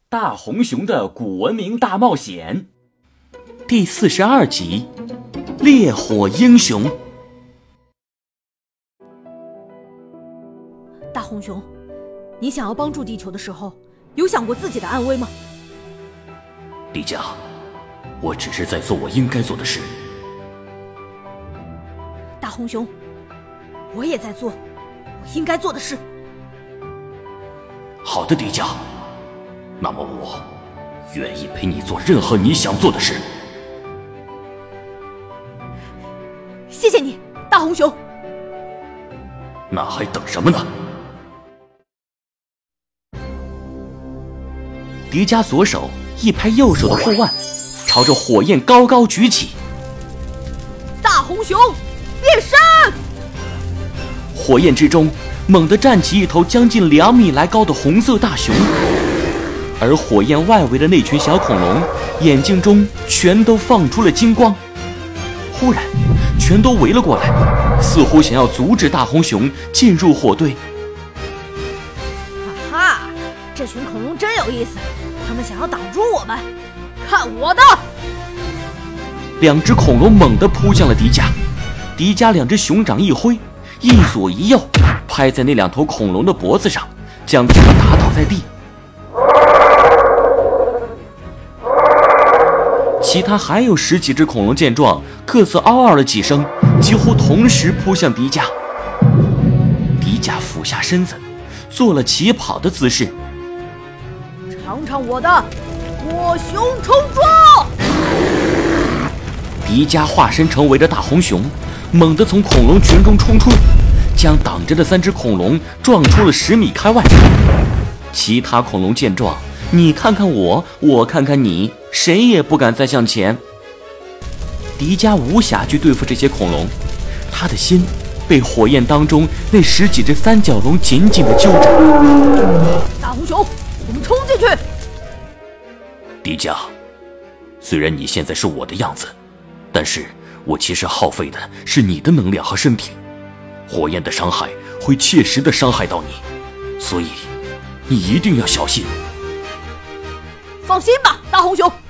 大红熊的古文明大冒险第42集烈火英雄。 大红熊，你想要帮助地球的时候，有想过自己的安危吗？ 迪迦，我只是在做我应该做的事。 大红熊，我也在做我应该做的事。 好的，迪迦，那么我愿意陪你做任何你想做的事。 谢谢你，大红熊。 那还等什么呢？ 迪迦左手一拍右手的后腕，朝着火焰高高举起。 大红熊变身！ 火焰之中猛地站起一头将近2米来高的红色大熊，而火焰外围的那群小恐龙眼睛中全都放出了金光，忽然全都围了过来，似乎想要阻止大红熊进入火堆。 哈哈，这群恐龙真有意思，他们想要挡住我们，看我的 ！2只恐龙猛地扑向了迪迦，迪迦2只熊掌一挥，一左一右拍在那2头恐龙的脖子上，将它们打倒在地。其他还有10几只恐龙见状，各自嗷嗷了几声，几乎同时扑向迪迦。迪迦俯下身子，做了起跑的姿势。 尝尝我的火熊冲撞！ 迪迦化身成为了大红熊，猛地从恐龙群中冲出，将挡着的3只恐龙撞出了10米开外。其他恐龙见状，你看看我，我看看你，谁也不敢再向前。迪迦无暇去对付这些恐龙，他的心被火焰当中那10几只三角龙紧紧地揪着。 大红熊，我们冲进去！ 迪迦，虽然你现在是我的样子，但是我其实耗费的是你的能量和身体，火焰的伤害会切实地伤害到你，所以你一定要小心。 放心吧，大红熊。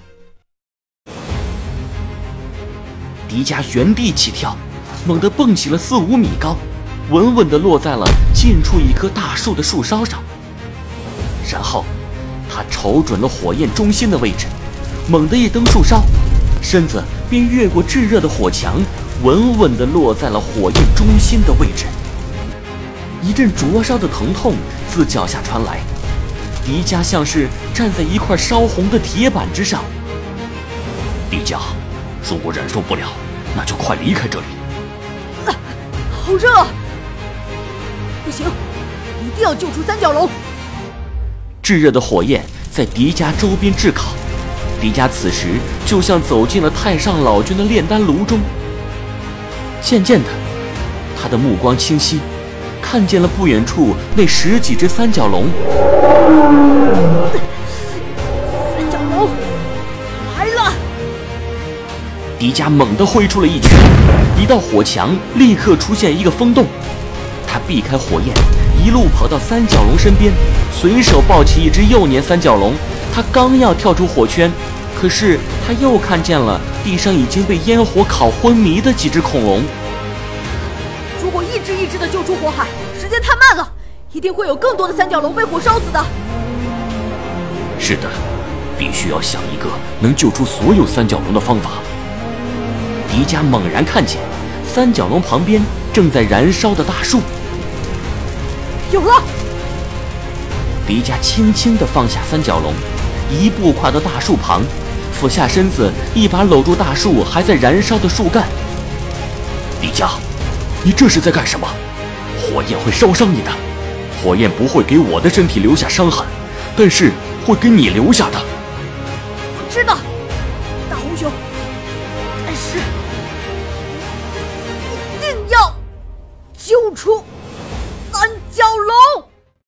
迪迦原地起跳，猛地蹦起了4、5米高，稳稳地落在了近处一棵大树的树梢上。然后他瞅准了火焰中心的位置，猛地一蹬树梢，身子便越过炙热的火墙，稳稳地落在了火焰中心的位置。一阵灼烧的疼痛自脚下传来，迪迦像是站在一块烧红的铁板之上。 迪迦，如果忍受不了，那就快离开这里。 好热啊！不行，一定要救出三角龙。 炙热的火焰在迪迦周边炙烤，迪迦此时就像走进了太上老君的炼丹炉中。渐渐的，他的目光清晰，看见了不远处那10几只三角龙。 三角龙来了！ 迪迦猛地挥出了一拳，一道火墙立刻出现一个风洞。他避开火焰，一路跑到三角龙身边，随手抱起一只幼年三角龙。他刚要跳出火圈，可是他又看见了地上已经被烟火烤昏迷的几只恐龙。 如果一只一只的救出火海，时间太慢了，一定会有更多的三角龙被火烧死的。 是的，必须要想一个能救出所有三角龙的方法。 迪迦猛然看见三角龙旁边正在燃烧的大树。 有了！ 迪迦轻轻地放下三角龙，一步跨到大树旁，俯下身子，一把搂住大树还在燃烧的树干。 迪迦，你这是在干什么？火焰会烧伤你的，火焰不会给我的身体留下伤痕，但是会给你留下的。 我知道，大红熊，但是一定要救出